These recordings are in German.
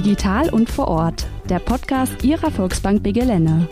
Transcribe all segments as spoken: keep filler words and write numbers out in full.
Digital und vor Ort, der Podcast Ihrer Volksbank Begelene.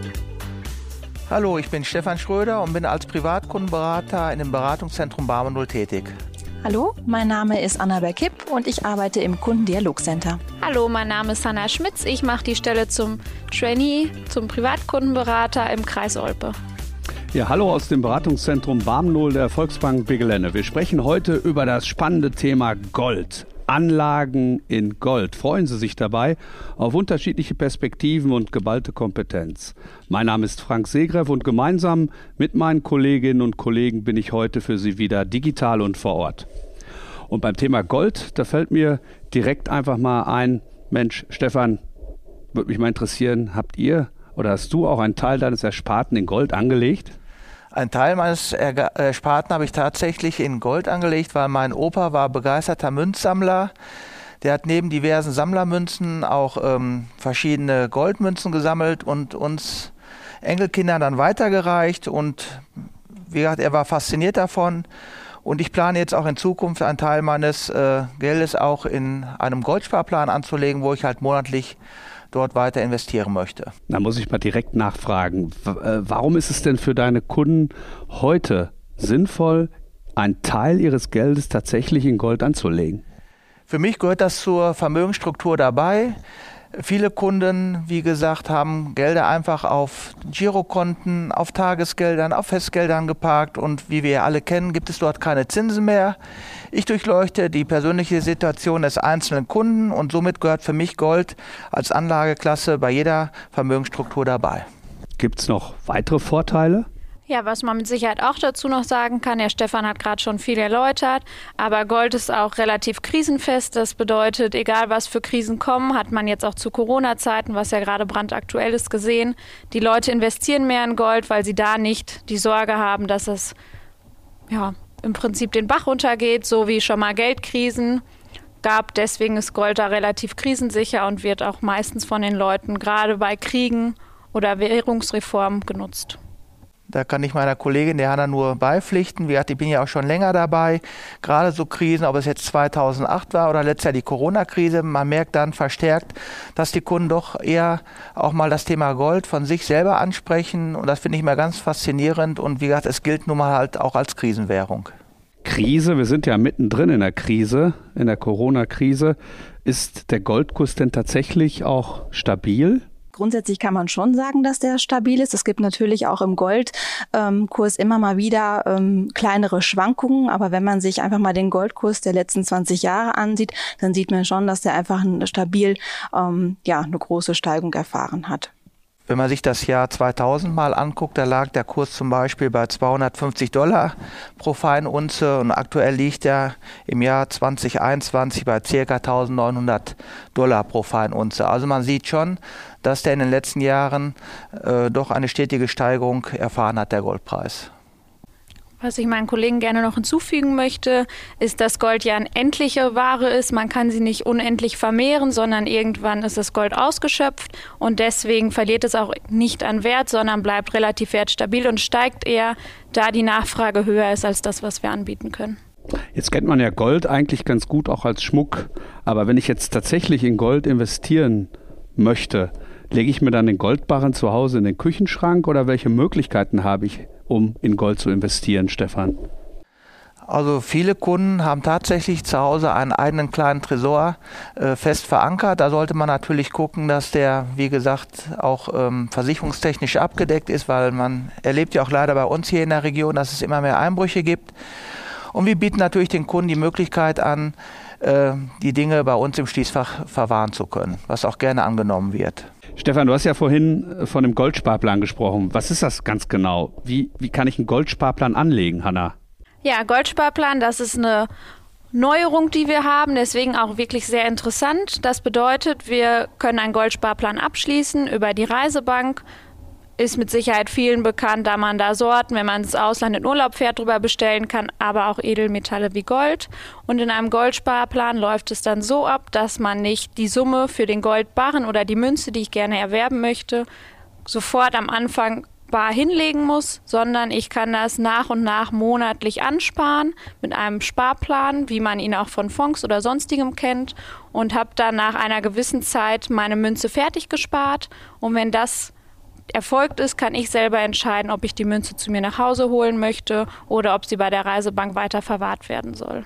Hallo, ich bin Stefan Schröder und bin als Privatkundenberater in dem Beratungszentrum Barmer Null tätig. Hallo, mein Name ist Annabel Kipp und ich arbeite im Kundendialogcenter. Hallo, mein Name ist Hanna Schmitz. Ich mache die Stelle zum Trainee, zum Privatkundenberater im Kreis Olpe. Ja, hallo aus dem Beratungszentrum Barmer Null der Volksbank Begelene. Wir sprechen heute über das spannende Thema Gold. Anlagen in Gold. Freuen Sie sich dabei auf unterschiedliche Perspektiven und geballte Kompetenz. Mein Name ist Frank Seegreff und gemeinsam mit meinen Kolleginnen und Kollegen bin ich heute für Sie wieder digital und vor Ort. Und beim Thema Gold, da fällt mir direkt einfach mal ein, Mensch, Stefan, würde mich mal interessieren, habt ihr oder hast du auch einen Teil deines Ersparten in Gold angelegt? Ein Teil meines Ersparten habe ich tatsächlich in Gold angelegt, weil mein Opa war begeisterter Münzsammler. Der hat neben diversen Sammlermünzen auch ähm, verschiedene Goldmünzen gesammelt und uns Enkelkindern dann weitergereicht. Und wie gesagt, er war fasziniert davon. Und ich plane jetzt auch in Zukunft einen Teil meines äh, Geldes auch in einem Goldsparplan anzulegen, wo ich halt monatlich dort weiter investieren möchte. Da muss ich mal direkt nachfragen. Warum ist es denn für deine Kunden heute sinnvoll, einen Teil ihres Geldes tatsächlich in Gold anzulegen? Für mich gehört das zur Vermögensstruktur dabei. Viele Kunden, wie gesagt, haben Gelder einfach auf Girokonten, auf Tagesgeldern, auf Festgeldern geparkt und wie wir alle kennen, gibt es dort keine Zinsen mehr. Ich durchleuchte die persönliche Situation des einzelnen Kunden und somit gehört für mich Gold als Anlageklasse bei jeder Vermögensstruktur dabei. Gibt es noch weitere Vorteile? Ja, was man mit Sicherheit auch dazu noch sagen kann, der Stefan hat gerade schon viel erläutert, aber Gold ist auch relativ krisenfest. Das bedeutet, egal was für Krisen kommen, hat man jetzt auch zu Corona-Zeiten, was ja gerade brandaktuell ist, gesehen. Die Leute investieren mehr in Gold, weil sie da nicht die Sorge haben, dass es ja im Prinzip den Bach runtergeht, so wie schon mal Geldkrisen gab. Deswegen ist Gold da relativ krisensicher und wird auch meistens von den Leuten gerade bei Kriegen oder Währungsreformen genutzt. Da kann ich meiner Kollegin, der Hanna, nur beipflichten. Wie gesagt, ich bin ja auch schon länger dabei. Gerade so Krisen, ob es jetzt zweitausendacht war oder letztes Jahr die Corona-Krise, man merkt dann verstärkt, dass die Kunden doch eher auch mal das Thema Gold von sich selber ansprechen. Und das finde ich mal ganz faszinierend. Und wie gesagt, es gilt nun mal halt auch als Krisenwährung. Krise, wir sind ja mittendrin in der Krise, in der Corona-Krise. Ist der Goldkurs denn tatsächlich auch stabil? Grundsätzlich kann man schon sagen, dass der stabil ist. Es gibt natürlich auch im Goldkurs immer mal wieder ähm, kleinere Schwankungen. Aber wenn man sich einfach mal den Goldkurs der letzten zwanzig Jahre ansieht, dann sieht man schon, dass der einfach ein, stabil ähm, ja, eine große Steigung erfahren hat. Wenn man sich das Jahr zweitausend mal anguckt, da lag der Kurs zum Beispiel bei zweihundertfünfzig Dollar pro Feinunze und aktuell liegt er im Jahr zwanzig einundzwanzig bei ca. eintausendneunhundert Dollar pro Feinunze. Also man sieht schon, dass der in den letzten Jahren äh, doch eine stetige Steigerung erfahren hat, der Goldpreis. Was ich meinen Kollegen gerne noch hinzufügen möchte, ist, dass Gold ja eine endliche Ware ist. Man kann sie nicht unendlich vermehren, sondern irgendwann ist das Gold ausgeschöpft und deswegen verliert es auch nicht an Wert, sondern bleibt relativ wertstabil und steigt eher, da die Nachfrage höher ist als das, was wir anbieten können. Jetzt kennt man ja Gold eigentlich ganz gut auch als Schmuck, aber wenn ich jetzt tatsächlich in Gold investieren möchte, lege ich mir dann den Goldbarren zu Hause in den Küchenschrank oder welche Möglichkeiten habe ich, um in Gold zu investieren, Stefan? Also viele Kunden haben tatsächlich zu Hause einen eigenen kleinen Tresor äh, fest verankert. Da sollte man natürlich gucken, dass der, wie gesagt, auch ähm, versicherungstechnisch abgedeckt ist, weil man erlebt ja auch leider bei uns hier in der Region, dass es immer mehr Einbrüche gibt. Und wir bieten natürlich den Kunden die Möglichkeit an, äh, die Dinge bei uns im Schließfach verwahren zu können, was auch gerne angenommen wird. Stefan, du hast ja vorhin von dem Goldsparplan gesprochen. Was ist das ganz genau? Wie, wie kann ich einen Goldsparplan anlegen, Hanna? Ja, Goldsparplan, das ist eine Neuerung, die wir haben, deswegen auch wirklich sehr interessant. Das bedeutet, wir können einen Goldsparplan abschließen über die Reisebank. Ist mit Sicherheit vielen bekannt, da man da Sorten, wenn man ins Ausland in Urlaub fährt, drüber bestellen kann, aber auch Edelmetalle wie Gold. Und in einem Goldsparplan läuft es dann so ab, dass man nicht die Summe für den Goldbarren oder die Münze, die ich gerne erwerben möchte, sofort am Anfang bar hinlegen muss, sondern ich kann das nach und nach monatlich ansparen mit einem Sparplan, wie man ihn auch von Fonds oder sonstigem kennt, und habe dann nach einer gewissen Zeit meine Münze fertig gespart. Und wenn das erfolgt ist, kann ich selber entscheiden, ob ich die Münze zu mir nach Hause holen möchte oder ob sie bei der Reisebank weiter verwahrt werden soll.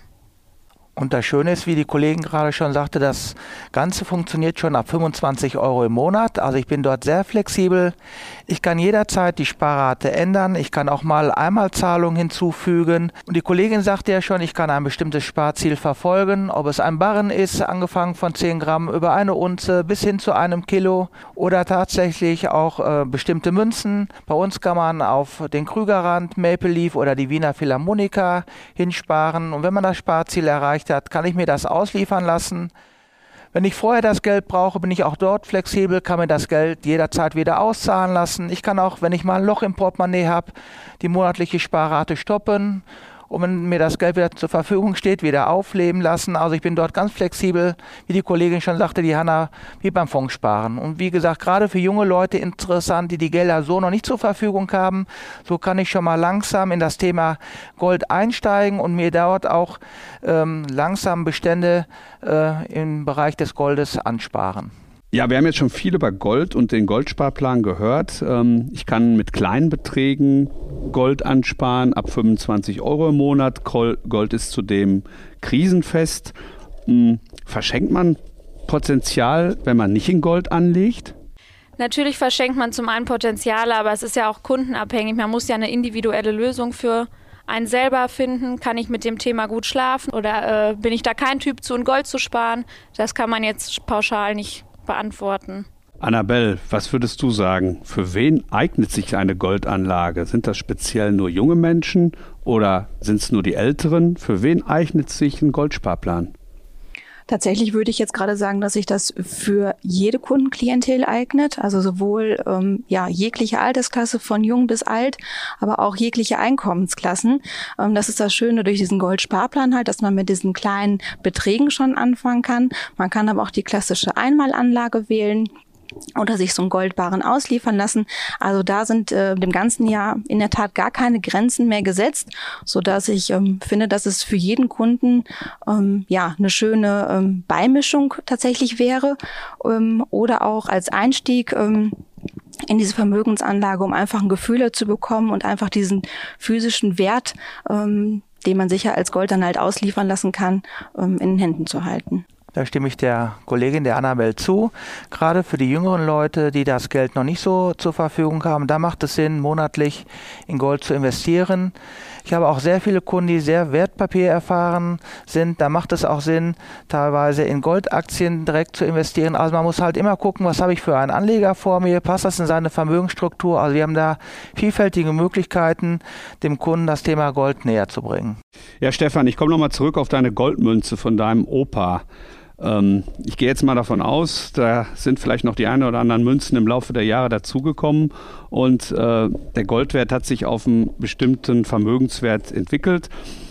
Und das Schöne ist, wie die Kollegin gerade schon sagte, das Ganze funktioniert schon ab fünfundzwanzig Euro im Monat. Also ich bin dort sehr flexibel. Ich kann jederzeit die Sparrate ändern. Ich kann auch mal Einmalzahlungen hinzufügen. Und die Kollegin sagte ja schon, ich kann ein bestimmtes Sparziel verfolgen. Ob es ein Barren ist, angefangen von zehn Gramm über eine Unze bis hin zu einem Kilo. Oder tatsächlich auch äh, bestimmte Münzen. Bei uns kann man auf den Krügerrand, Maple Leaf oder die Wiener Philharmoniker hinsparen. Und wenn man das Sparziel erreicht hat, kann ich mir das ausliefern lassen. Wenn ich vorher das Geld brauche, bin ich auch dort flexibel, kann mir das Geld jederzeit wieder auszahlen lassen. Ich kann auch, wenn ich mal ein Loch im Portemonnaie habe, die monatliche Sparrate stoppen und wenn mir das Geld wieder zur Verfügung steht, wieder aufleben lassen. Also ich bin dort ganz flexibel, wie die Kollegin schon sagte, die Hanna, wie beim Fondssparen. Und wie gesagt, gerade für junge Leute interessant, die die Gelder so noch nicht zur Verfügung haben. So kann ich schon mal langsam in das Thema Gold einsteigen und mir dort auch ähm, langsam Bestände äh, im Bereich des Goldes ansparen. Ja, wir haben jetzt schon viel über Gold und den Goldsparplan gehört. Ich kann mit kleinen Beträgen Gold ansparen, ab fünfundzwanzig Euro im Monat. Gold ist zudem krisenfest. Verschenkt man Potenzial, wenn man nicht in Gold anlegt? Natürlich verschenkt man zum einen Potenzial, aber es ist ja auch kundenabhängig. Man muss ja eine individuelle Lösung für einen selber finden. Kann ich mit dem Thema gut schlafen oder äh, bin ich da kein Typ zu, in Gold zu sparen? Das kann man jetzt pauschal nicht beantworten. Annabelle, was würdest du sagen? Für wen eignet sich eine Goldanlage? Sind das speziell nur junge Menschen oder sind es nur die Älteren? Für wen eignet sich ein Goldsparplan? Tatsächlich würde ich jetzt gerade sagen, dass sich das für jede Kundenklientel eignet, also sowohl ähm, ja jegliche Altersklasse von jung bis alt, aber auch jegliche Einkommensklassen. Ähm, das ist das Schöne durch diesen Goldsparplan halt, dass man mit diesen kleinen Beträgen schon anfangen kann. Man kann aber auch die klassische Einmalanlage wählen oder sich so einen Goldbarren ausliefern lassen. Also da sind äh, dem ganzen Jahr in der Tat gar keine Grenzen mehr gesetzt, so dass ich ähm, finde, dass es für jeden Kunden ähm, ja eine schöne ähm, Beimischung tatsächlich wäre ähm, oder auch als Einstieg ähm, in diese Vermögensanlage, um einfach ein Gefühl zu bekommen und einfach diesen physischen Wert, ähm, den man sicher als Gold dann halt ausliefern lassen kann, ähm, in den Händen zu halten. Da stimme ich der Kollegin, der Annabelle, zu. Gerade für die jüngeren Leute, die das Geld noch nicht so zur Verfügung haben, da macht es Sinn, monatlich in Gold zu investieren. Ich habe auch sehr viele Kunden, die sehr wertpapiererfahren sind. Da macht es auch Sinn, teilweise in Goldaktien direkt zu investieren. Also man muss halt immer gucken, was habe ich für einen Anleger vor mir, passt das in seine Vermögensstruktur. Also wir haben da vielfältige Möglichkeiten, dem Kunden das Thema Gold näher zu bringen. Ja, Stefan, ich komme nochmal zurück auf deine Goldmünze von deinem Opa. Ähm, ich gehe jetzt mal davon aus, da sind vielleicht noch die ein oder anderen Münzen im Laufe der Jahre dazugekommen und äh, der Goldwert hat sich auf einen bestimmten Vermögenswert entwickelt.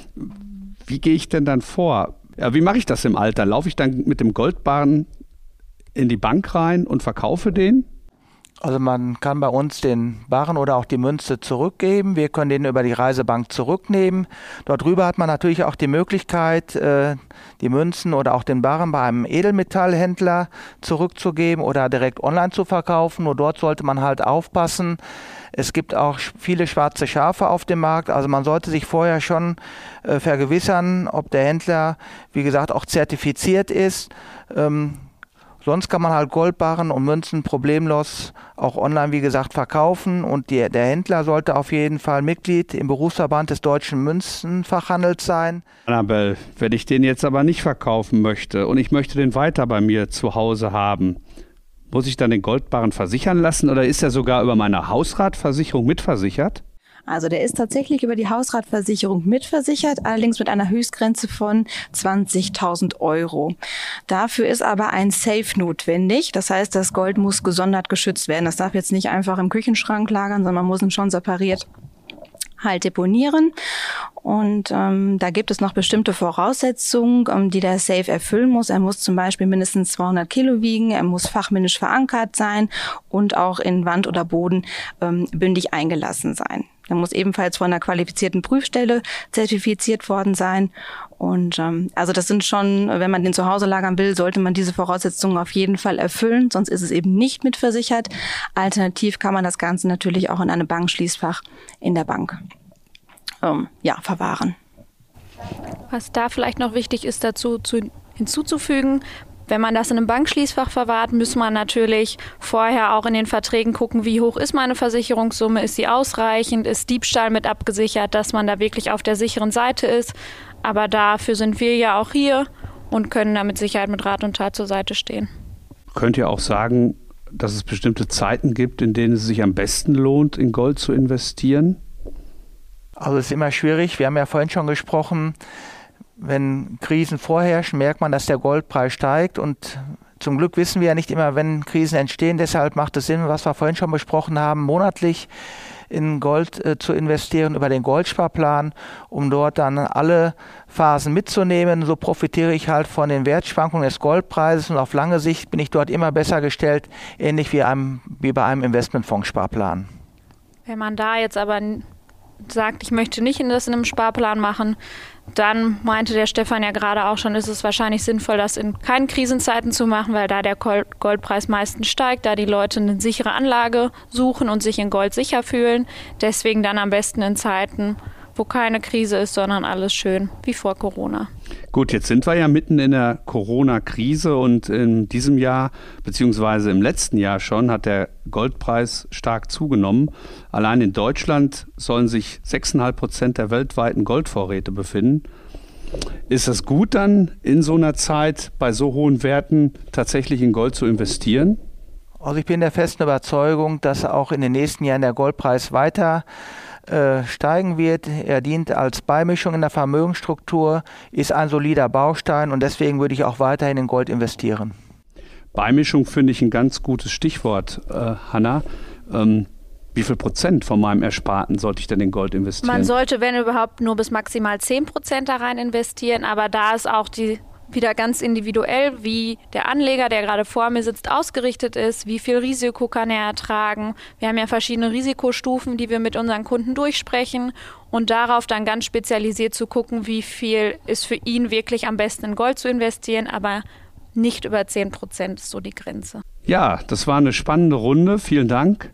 Wie gehe ich denn dann vor? Ja, wie mache ich das im Alter? Laufe ich dann mit dem Goldbarren in die Bank rein und verkaufe den? Also man kann bei uns den Barren oder auch die Münze zurückgeben. Wir können den über die Reisebank zurücknehmen. Dort drüber hat man natürlich auch die Möglichkeit, die Münzen oder auch den Barren bei einem Edelmetallhändler zurückzugeben oder direkt online zu verkaufen. Nur dort sollte man halt aufpassen. Es gibt auch viele schwarze Schafe auf dem Markt. Also man sollte sich vorher schon vergewissern, ob der Händler, wie gesagt, auch zertifiziert ist. Sonst kann man halt Goldbarren und Münzen problemlos auch online, wie gesagt, verkaufen. Und die, der Händler sollte auf jeden Fall Mitglied im Berufsverband des Deutschen Münzenfachhandels sein. Annabelle, wenn ich den jetzt aber nicht verkaufen möchte und ich möchte den weiter bei mir zu Hause haben, muss ich dann den Goldbarren versichern lassen oder ist er sogar über meine Hausratversicherung mitversichert? Also der ist tatsächlich über die Hausratversicherung mitversichert, allerdings mit einer Höchstgrenze von zwanzigtausend Euro. Dafür ist aber ein Safe notwendig. Das heißt, das Gold muss gesondert geschützt werden. Das darf jetzt nicht einfach im Küchenschrank lagern, sondern man muss ihn schon separiert halt deponieren. Und ähm, da gibt es noch bestimmte Voraussetzungen, ähm, die der Safe erfüllen muss. Er muss zum Beispiel mindestens zweihundert Kilo wiegen, er muss fachmännisch verankert sein und auch in Wand oder Boden ähm, bündig eingelassen sein. Er muss ebenfalls von einer qualifizierten Prüfstelle zertifiziert worden sein. Und ähm, also das sind schon, wenn man den zu Hause lagern will, sollte man diese Voraussetzungen auf jeden Fall erfüllen, sonst ist es eben nicht mitversichert. Alternativ kann man das Ganze natürlich auch in einem Bankschließfach in der Bank ähm, ja, verwahren. Was da vielleicht noch wichtig ist, dazu zu, hinzuzufügen, wenn man das in einem Bankschließfach verwahrt, muss man natürlich vorher auch in den Verträgen gucken, wie hoch ist meine Versicherungssumme, ist sie ausreichend, ist Diebstahl mit abgesichert, dass man da wirklich auf der sicheren Seite ist. Aber dafür sind wir ja auch hier und können da mit Sicherheit mit Rat und Tat zur Seite stehen. Könnt ihr auch sagen, dass es bestimmte Zeiten gibt, in denen es sich am besten lohnt, in Gold zu investieren? Also es ist immer schwierig. Wir haben ja vorhin schon gesprochen, wenn Krisen vorherrschen, merkt man, dass der Goldpreis steigt. Und zum Glück wissen wir ja nicht immer, wenn Krisen entstehen. Deshalb macht es Sinn, was wir vorhin schon besprochen haben, monatlich in Gold äh, zu investieren über den Goldsparplan, um dort dann alle Phasen mitzunehmen. So profitiere ich halt von den Wertschwankungen des Goldpreises und auf lange Sicht bin ich dort immer besser gestellt, ähnlich wie, einem, wie bei einem Investmentfondssparplan. Wenn man da jetzt aber sagt, ich möchte nicht in das in einem Sparplan machen, dann meinte der Stefan ja gerade auch schon, ist es wahrscheinlich sinnvoll, das in keinen Krisenzeiten zu machen, weil da der Goldpreis meistens steigt, da die Leute eine sichere Anlage suchen und sich in Gold sicher fühlen. Deswegen dann am besten in Zeiten, wo keine Krise ist, sondern alles schön wie vor Corona. Gut, jetzt sind wir ja mitten in der Corona-Krise und in diesem Jahr, beziehungsweise im letzten Jahr schon, hat der Goldpreis stark zugenommen. Allein in Deutschland sollen sich sechs Komma fünf Prozent der weltweiten Goldvorräte befinden. Ist es gut dann in so einer Zeit bei so hohen Werten tatsächlich in Gold zu investieren? Also ich bin der festen Überzeugung, dass auch in den nächsten Jahren der Goldpreis weiter äh, steigen wird. Er dient als Beimischung in der Vermögensstruktur, ist ein solider Baustein und deswegen würde ich auch weiterhin in Gold investieren. Beimischung finde ich ein ganz gutes Stichwort, äh, Hanna. Ähm, wie viel Prozent von meinem Ersparten sollte ich denn in Gold investieren? Man sollte, wenn überhaupt, nur bis maximal zehn Prozent da rein investieren, aber da ist auch die wieder ganz individuell, wie der Anleger, der gerade vor mir sitzt, ausgerichtet ist, wie viel Risiko kann er ertragen. Wir haben ja verschiedene Risikostufen, die wir mit unseren Kunden durchsprechen und darauf dann ganz spezialisiert zu gucken, wie viel ist für ihn wirklich am besten in Gold zu investieren, aber nicht über zehn Prozent ist so die Grenze. Ja, das war eine spannende Runde. Vielen Dank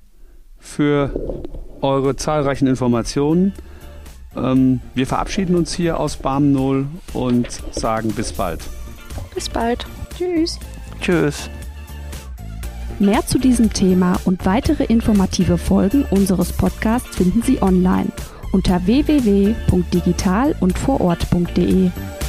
für eure zahlreichen Informationen. Ähm, wir verabschieden uns hier aus Barmnol und sagen bis bald. Bis bald. Tschüss. Tschüss. Mehr zu diesem Thema und weitere informative Folgen unseres Podcasts finden Sie online unter w w w punkt digital und vorort punkt de.